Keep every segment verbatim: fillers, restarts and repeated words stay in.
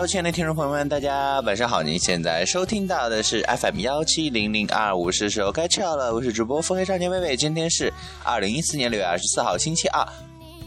亲爱的听众朋友们，大家晚上好！您现在收听到的是 F M 一七零零二五，是时候该吃了。我是主播腹黑少年微微，今天是二零一四年六月二十四号，星期二。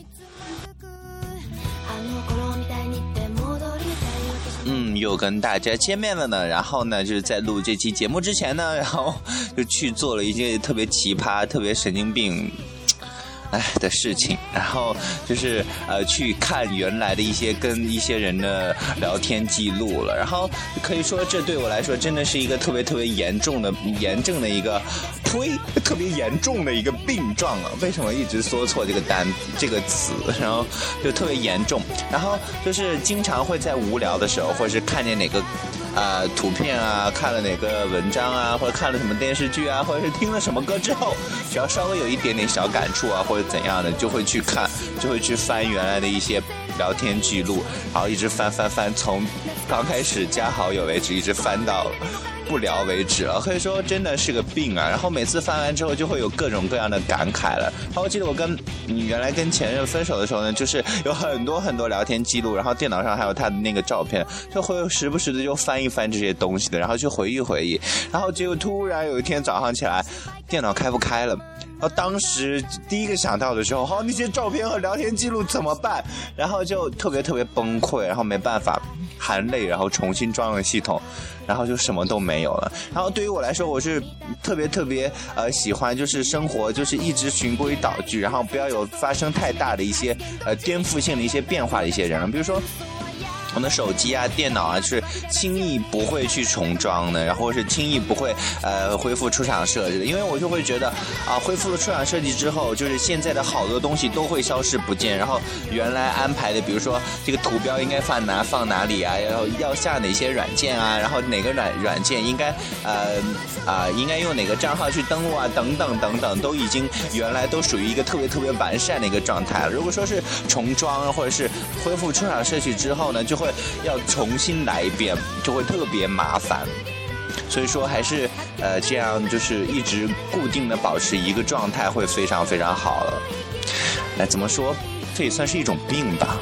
嗯，又跟大家见面了呢。然后呢，就是在录这期节目之前呢，然后就去做了一些特别奇葩、特别神经病。哎的事情，然后就是呃去看原来的一些跟一些人的聊天记录了，然后可以说这对我来说真的是一个特别特别严重的严重的一个呸特别严重的一个病状啊！为什么一直说错这个单这个词？然后就特别严重，然后就是经常会在无聊的时候，或者是看见哪个呃图片啊，看了哪个文章啊，或者看了什么电视剧啊，或者是听了什么歌之后，只要稍微有一点点小感触啊，或者怎样的，就会去看，就会去翻原来的一些聊天记录，然后一直翻翻翻，从刚开始加好友为止，一直翻到不聊为止了，可以说真的是个病啊。然后每次翻完之后就会有各种各样的感慨了。然后我记得我跟你原来跟前任分手的时候呢，就是有很多很多聊天记录，然后电脑上还有他的那个照片，就会时不时的就翻一翻这些东西的，然后去回忆回忆。然后结果突然有一天早上起来，电脑开不开了。然后当时第一个想到的时候，好、哦，那些照片和聊天记录怎么办？然后就特别特别崩溃，然后没办法，含泪，然后重新装了系统，然后就什么都没有了。然后对于我来说，我是特别特别呃喜欢，就是生活就是一直循规蹈矩，然后不要有发生太大的一些呃颠覆性的一些变化的一些人，比如说。我的手机啊、电脑啊是轻易不会去重装的，然后是轻易不会呃恢复出厂设置的，因为我就会觉得啊，恢复了出厂设计之后，就是现在的好多东西都会消失不见，然后原来安排的，比如说这个图标应该放哪放哪里啊，然后要下哪些软件啊，然后哪个软软件应该呃啊、呃、应该用哪个账号去登录啊，等等等等，都已经原来都属于一个特别特别完善的一个状态了。如果说是重装或者是恢复出厂设计之后呢，就会要重新来一遍，就会特别麻烦。所以说还是呃这样，就是一直固定的保持一个状态会非常非常好了。哎，怎么说？这也算是一种病吧。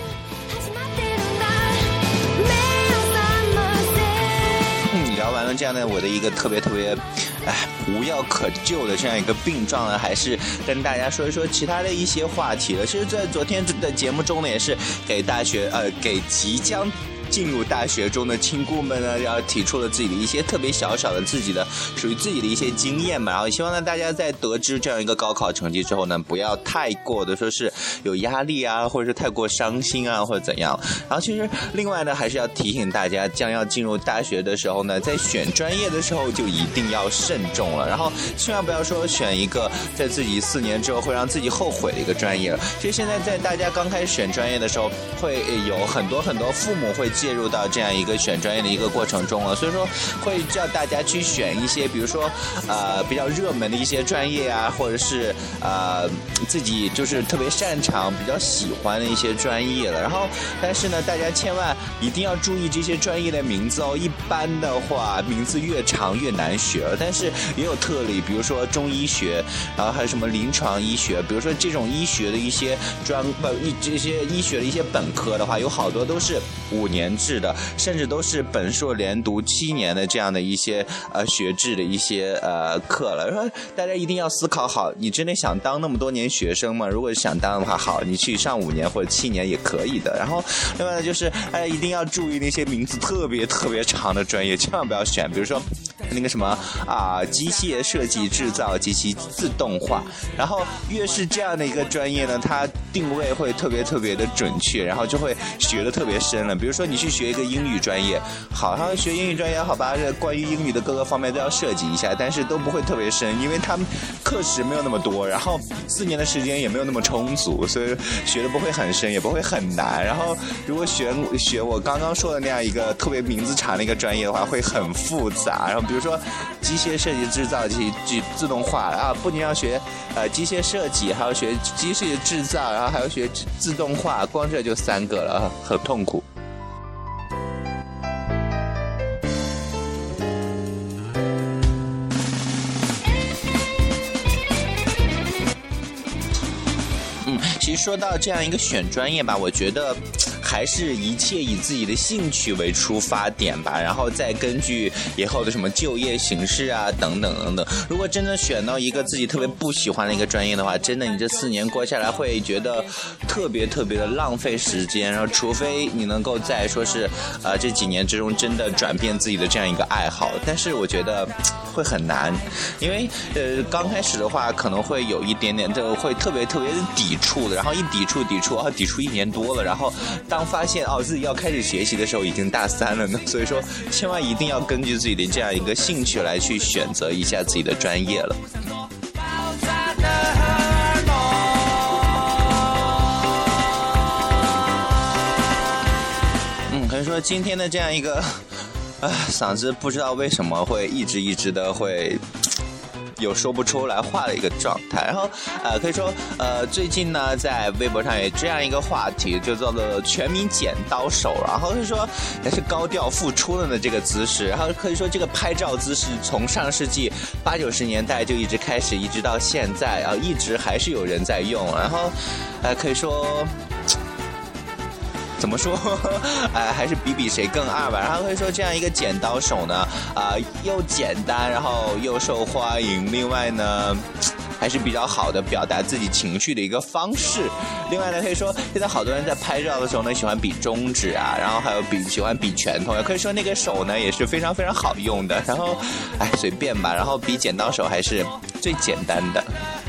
嗯，聊完了这样的我的一个特别特别哎无药可救的这样一个病状呢，还是跟大家说一说其他的一些话题了。其实在昨天的节目中呢，也是给大学呃给即将进入大学中的亲姑们呢，要提出了自己的一些特别小小的自己的属于自己的一些经验嘛，然后希望呢大家在得知这样一个高考成绩之后呢，不要太过的说是有压力啊，或者是太过伤心啊，或者怎样。然后其实另外呢，还是要提醒大家，将要进入大学的时候呢，在选专业的时候就一定要慎重了，然后千万不要说选一个在自己四年之后会让自己后悔的一个专业了。其实现在在大家刚开始选专业的时候，会有很多很多父母会介入到这样一个选专业的一个过程中了，所以说会叫大家去选一些比如说呃比较热门的一些专业啊，或者是呃自己就是特别擅长比较喜欢的一些专业了。然后但是呢，大家千万一定要注意这些专业的名字哦，一般的话名字越长越难学，但是也有特例，比如说中医学，然后还有什么临床医学，比如说这种医学的一些专不一这些医学的一些本科的话，有好多都是五年制的，甚至都是本硕连读七年的这样的一些呃学制的一些呃课了。说大家一定要思考好，你真的想当那么多年学生吗？如果想当的话，好，你去上五年或者七年也可以的。然后另外呢，就是大家一定要注意那些名字特别特别长的专业，千万不要选，比如说那个什么啊，机械设计制造及其自动化。然后越是这样的一个专业呢，它定位会特别特别的准确，然后就会学得特别深了。比如说你去学一个英语专业，好像学英语专业好吧，关于英语的各个方面都要涉及一下，但是都不会特别深，因为他们课时没有那么多，然后四年的时间也没有那么充足，所以学的不会很深，也不会很难。然后如果学学我刚刚说的那样一个特别名字长的一个专业的话，会很复杂。然后比如说机械设计制造及自动化啊，不仅要学呃机械设计，还要学机械制造，然后还要学自动化，光这就三个了，很痛苦。嗯，其实说到这样一个选专业吧，我觉得还是一切以自己的兴趣为出发点吧，然后再根据以后的什么就业形势啊等等等等。如果真的选到一个自己特别不喜欢的一个专业的话，真的你这四年过下来会觉得特别特别的浪费时间，然后除非你能够在说是呃这几年之中真的转变自己的这样一个爱好，但是我觉得会很难，因为呃刚开始的话可能会有一点点的会特别特别的抵触的，然后一抵触抵触啊抵触一年多了，然后当发现哦自己要开始学习的时候已经大三了呢，所以说千万一定要根据自己的这样一个兴趣来去选择一下自己的专业了。嗯，可以说今天的这样一个啊嗓子不知道为什么会一直一直的会有说不出来话的一个状态，然后呃可以说呃最近呢在微博上有这样一个话题，就叫做全民剪刀手，然后是说也是高调复出了的这个姿势，然后可以说这个拍照姿势从上世纪八九十年代就一直开始，一直到现在啊，一直还是有人在用，然后呃可以说。怎么说？呃，还是比比谁更二吧。然后会说这样一个剪刀手呢，啊、呃，又简单，然后又受欢迎。另外呢，还是比较好的表达自己情绪的一个方式。另外呢，可以说现在好多人在拍照的时候呢，喜欢比中指啊，然后还有比喜欢比拳头，也可以说那个手呢也是非常非常好用的。然后，哎，随便吧。然后比剪刀手还是最简单的。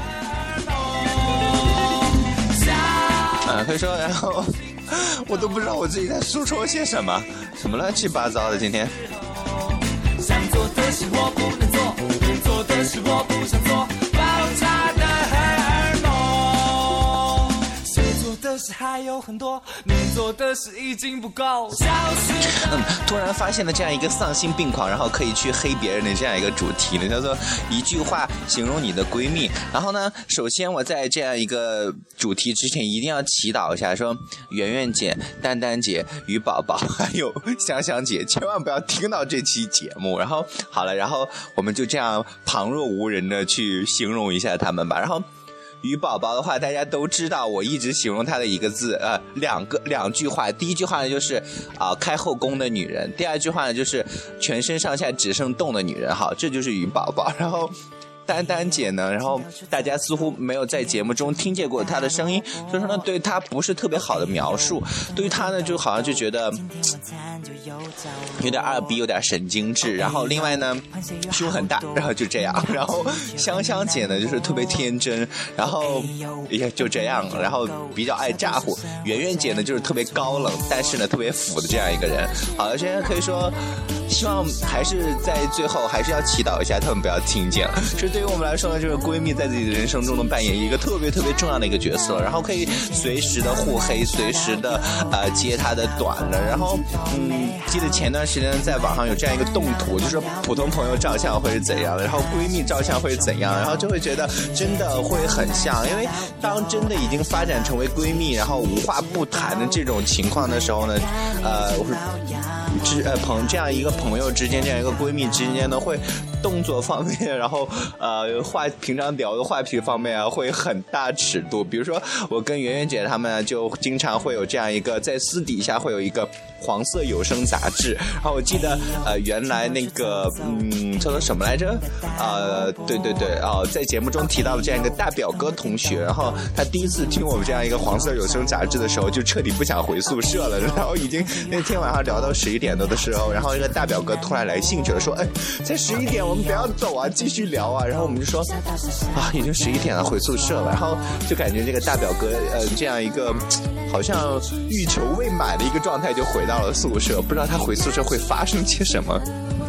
啊，可以说，然后。我都不知道我自己在诉说些什么，什么乱七八糟的今天。想做的事我不能做，能做的事我不想做，爆炸的荷尔蒙。想做的事还有很多，能做的事已经不够。嗯，突然发现了这样一个丧心病狂，然后可以去黑别人的这样一个主题呢，叫做一句话形容你的闺蜜。然后呢，首先我在这样一个主题之前一定要祈祷一下，说圆圆姐、丹丹姐、于宝宝还有香香姐千万不要听到这期节目。然后好了，然后我们就这样旁若无人的去形容一下他们吧。然后于宝宝的话，大家都知道，我一直形容他的一个字，呃，两个两句话。第一句话呢就是啊、呃，开后宫的女人；第二句话呢就是全身上下只剩动的女人。好，这就是于宝宝。然后。丹丹姐呢，然后大家似乎没有在节目中听见过她的声音，所以说呢，对她不是特别好的描述。对于她呢，就好像就觉得有点二逼，有点神经质。然后另外呢，胸很大，然后就这样。然后香香姐呢，就是特别天真，然后也就这样。然后比较爱咋呼。圆圆姐呢，就是特别高冷，但是呢特别腐的这样一个人。好了，现在可以说，希望还是在最后还是要祈祷一下，他们不要听见了。是对于我们来说呢，这个闺蜜在自己的人生中能扮演一个特别特别重要的一个角色，然后可以随时的互黑，随时的呃接她的短了。然后嗯，记得前段时间在网上有这样一个动图，就是普通朋友照相会是怎样的，然后闺蜜照相会是怎样，然后就会觉得真的会很像。因为当真的已经发展成为闺蜜，然后无话不谈的这种情况的时候呢，呃，之呃朋这样一个朋友之间，这样一个闺蜜之间呢，会动作方面，然后呃话平常聊的话题方面啊，会很大尺度。比如说我跟圆圆姐他们就经常会有这样一个，在私底下会有一个黄色有声杂志。然后我记得呃原来那个嗯叫做什么来着？呃对对对哦、呃，在节目中提到了这样一个大表哥同学，然后他第一次听我们这样一个黄色有声杂志的时候，就彻底不想回宿舍了。然后已经那天晚上聊到十一点多的时候，然后这个大表哥突然来兴致了，说：“哎，才十一点，我们不要走啊，继续聊啊。”然后我们就说：“啊，已经十一点了，回宿舍了。”然后就感觉这个大表哥呃这样一个好像欲求未满的一个状态，就回到了宿舍。不知道他回宿舍会发生些什么。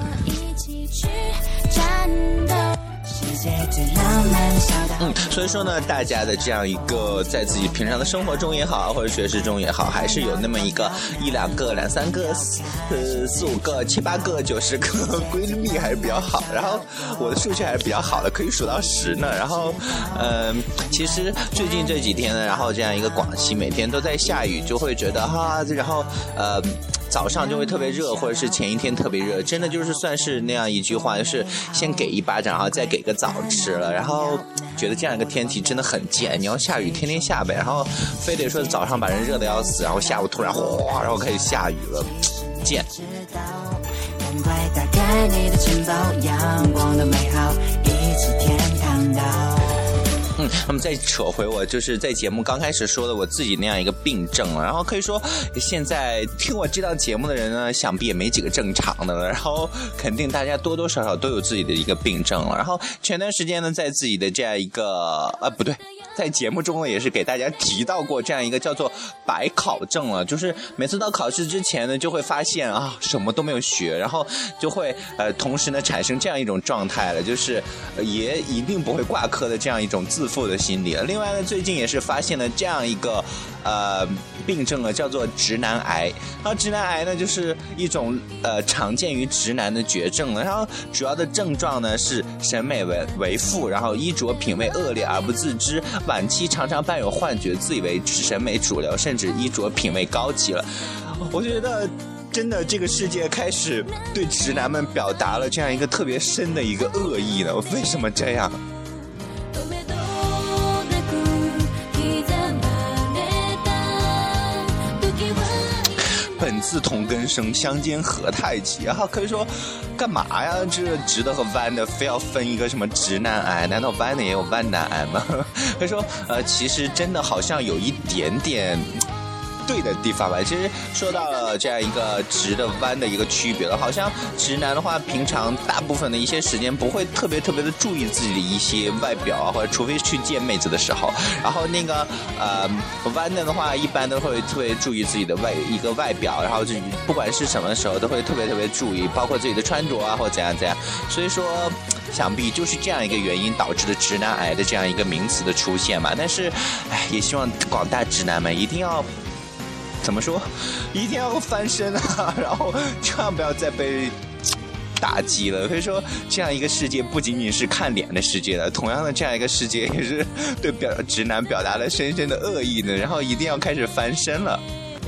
嗯，所以说呢，大家的这样一个在自己平常的生活中也好，或者学识中也好，还是有那么一个一两个、两三个、呃四五个、七八个、九十个闺蜜还是比较好。然后我的数学还是比较好的，可以数到十呢。然后，嗯、呃，其实最近这几天呢，然后这样一个广西每天都在下雨，就会觉得哈，然后呃。 早上就会特别热，或者是前一天特别热，真的就是算是那样一句话，就是先给一巴掌，然后再给个枣吃了，然后觉得这样一个天气真的很贱。你要下雨天天下呗，然后非得说早上把人热得要死，然后下午突然哗，然后开始下雨了，贱。 赶快打开你的钱包，阳光的美好一直天堂岛。 嗯，那么再扯回我就是在节目刚开始说的我自己那样一个病症了，然后可以说现在听我这档节目的人呢，想必也没几个正常的了，然后肯定大家多多少少都有自己的一个病症了，然后前段时间呢，在自己的这样一个呃不对。在节目中呢，也是给大家提到过这样一个叫做白考症了，就是每次到考试之前呢，就会发现啊什么都没有学，然后就会呃同时呢产生这样一种状态了，就是、呃、也一定不会挂科的这样一种自负的心理了。另外呢，最近也是发现了这样一个呃病症呢，叫做直男癌。然后直男癌呢，就是一种呃常见于直男的绝症了。然后主要的症状呢是审美为为负，然后衣着品味恶劣而不自知。晚期常常伴有幻觉，自以为审美主流，甚至衣着品味高级了。我觉得真的这个世界开始对直男们表达了这样一个特别深的一个恶意呢，为什么这样？本自同根生，相煎何太急啊！可以说，干嘛呀？这直的和弯的非要分一个什么直男癌？难道弯的也有弯男癌吗？可以说，呃，其实真的好像有一点点对的地方吧。其实说到了这样一个直的弯的一个区别了，好像直男的话，平常大部分的一些时间不会特别特别的注意自己的一些外表啊，或者除非去见妹子的时候。然后那个呃弯的的话，一般都会特别注意自己的外一个外表，然后就不管是什么时候都会特别特别注意，包括自己的穿着啊或怎样怎样。所以说，想必就是这样一个原因导致的直男癌的这样一个名词的出现嘛。但是，哎，也希望广大直男们一定要。怎么说？一定要翻身啊！然后千万不要再被打击了。所以说，这样一个世界不仅仅是看脸的世界了，同样的这样一个世界也是对表直男表达了深深的恶意的。然后一定要开始翻身了。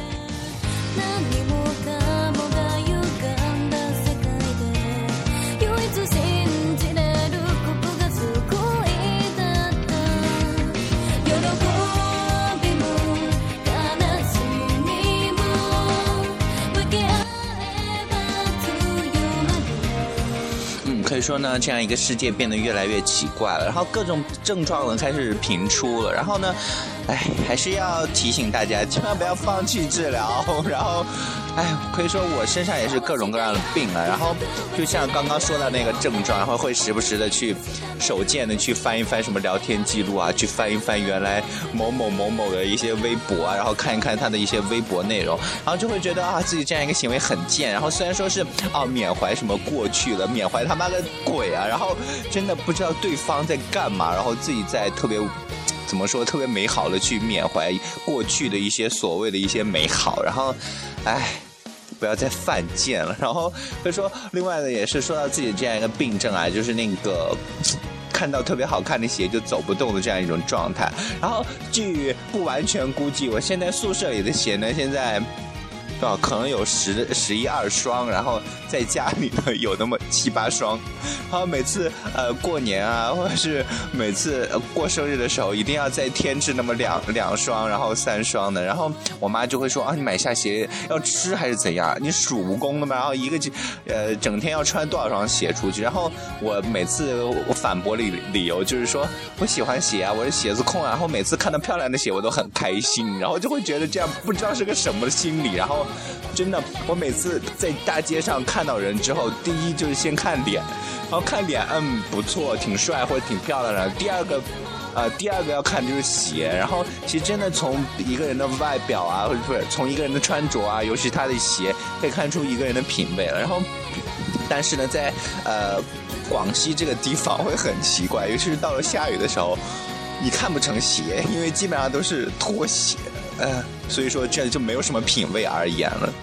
可以说呢，这样一个世界变得越来越奇怪了，然后各种症状呢开始频出了，然后呢，哎，还是要提醒大家，千万不要放弃治疗。然后，哎，可以说我身上也是各种各样的病啊。然后，就像刚刚说到那个症状，然后会时不时的去手贱的去翻一翻什么聊天记录啊，去翻一翻原来某某某某的一些微博啊，然后看一看他的一些微博内容，然后就会觉得啊，自己这样一个行为很贱。然后虽然说是啊缅怀什么过去了，缅怀他妈的鬼啊，然后真的不知道对方在干嘛，然后自己在特别怎么说特别美好的去缅怀过去的一些所谓的一些美好，然后哎不要再犯贱了。然后所以说另外的也是说到自己这样一个病症啊，就是那个看到特别好看的鞋就走不动的这样一种状态。然后据不完全估计，我现在宿舍里的鞋呢现在哦，可能有十十一二双，然后在家里呢有那么七八双，然后每次呃过年啊，或者是每次、呃、过生日的时候，一定要再添置那么两两双，然后三双的，然后我妈就会说啊，你买下鞋要吃还是怎样？你属蜈蚣的吗？然后一个呃整天要穿多少双鞋出去？然后我每次我反驳理理由就是说我喜欢鞋啊，我是鞋子控啊，然后每次看到漂亮的鞋我都很开心，然后就会觉得这样不知道是个什么心理，然后。真的，我每次在大街上看到人之后，第一就是先看脸，然后看脸，嗯，不错，挺帅或者挺漂亮的。第二个，呃，第二个要看就是鞋。然后，其实真的从一个人的外表啊，或者不是从一个人的穿着啊，尤其他的鞋，可以看出一个人的品味了。然后，但是呢，在呃广西这个地方会很奇怪，尤其是到了下雨的时候，你看不成鞋，因为基本上都是拖鞋。呃，所以说这就没有什么品味而言了。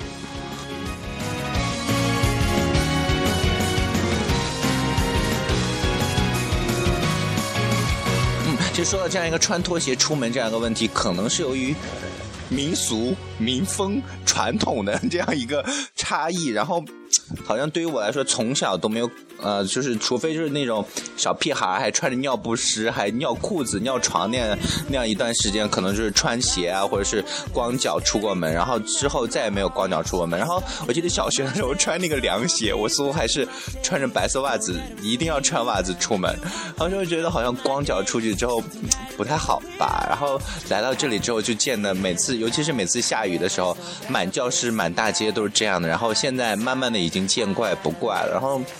嗯，其实说到这样一个穿拖鞋出门这样一个问题，可能是由于民俗、民风、传统的这样一个差异，然后好像对于我来说，从小都没有呃，就是除非就是那种小屁孩还穿着尿不湿，还尿裤子、尿床那样那样一段时间，可能就是穿鞋啊，或者是光脚出过门，然后之后再也没有光脚出过门。然后我记得小学的时候穿那个凉鞋，我似乎还是穿着白色袜子，一定要穿袜子出门，然后就会觉得好像光脚出去之后不太好吧。然后来到这里之后，就见的每次，尤其是每次下雨的时候，满教室、满大街都是这样的。然后现在慢慢的已经见怪不怪了，然后。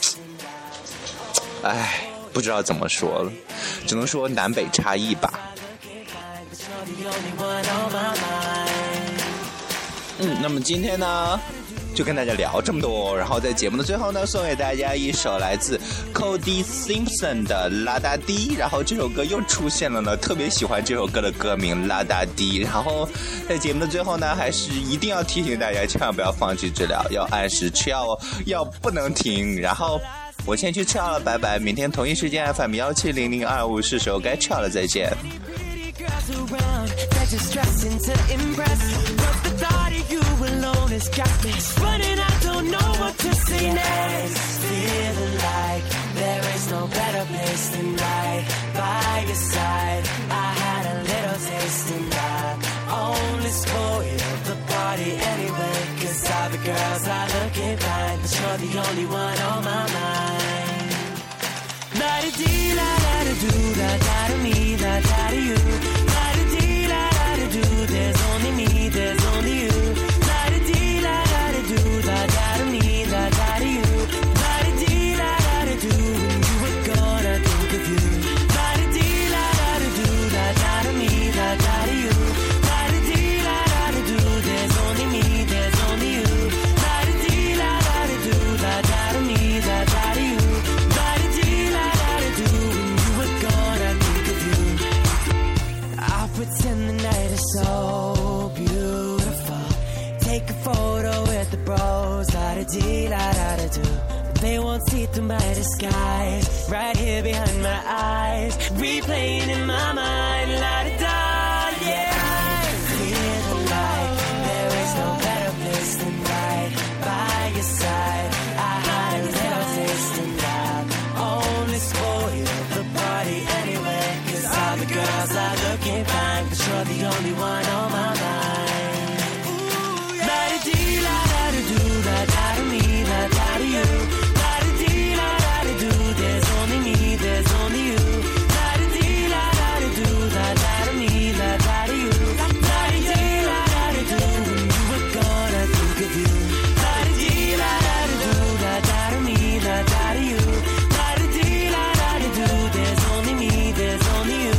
唉，不知道怎么说了，只能说南北差异吧。嗯，那么今天呢，就跟大家聊这么多，然后在节目的最后呢，送给大家一首来自 Cody Simpson 的《拉达迪》，然后这首歌又出现了呢，特别喜欢这首歌的歌名《拉达迪》。然后在节目的最后呢，还是一定要提醒大家，千万不要放弃治疗，要按时吃药哦，药不能停。然后我先去吃药了，拜拜！明天同一时间 F M 幺七零零二五是时候该吃药了，再见。Girls are looking fine, but you're the only one on my mind. La da dee, la da da do, la da da me, la da da you. La da dee, la da da do, there's only me, there's only you. La da dee, la da da do, la da da me, la da da you. La da dee, la da da do, when you were gone, I think of you. La da dee, la da da do, la da da me, la da da you. La da dee, la da da do, there's only me, there's only you. Pretend the night is so beautiful. Take a photo with the bros, la-da-dee, la-da-da-do. They won't see through my disguise, right here behind my eyes, replaying in my mind, la-da-da, yeah. Clear the light, there is no better place than right by your side. I had a little taste and I only spoiled the party anyway, 'cause all the girls are looking fine, but you're the only one on my mind. La-da-dee, la-da-da-do, la-da-da-me, la-da-da-you. La-da-dee, la-da-da-do, there's only me, there's only you. La-da-dee, la-da-da-do, la-da-da-me, la-da-da-you. La-da-dee, la-da-da-do, when you were gone, I think of you. La-da-dee, la-da-da-do, la-da-da-me, la-da-da-you. La-da-dee, la-da-da-do, there's only me, there's only you.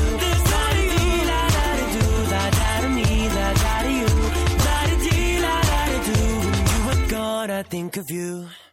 I think of you.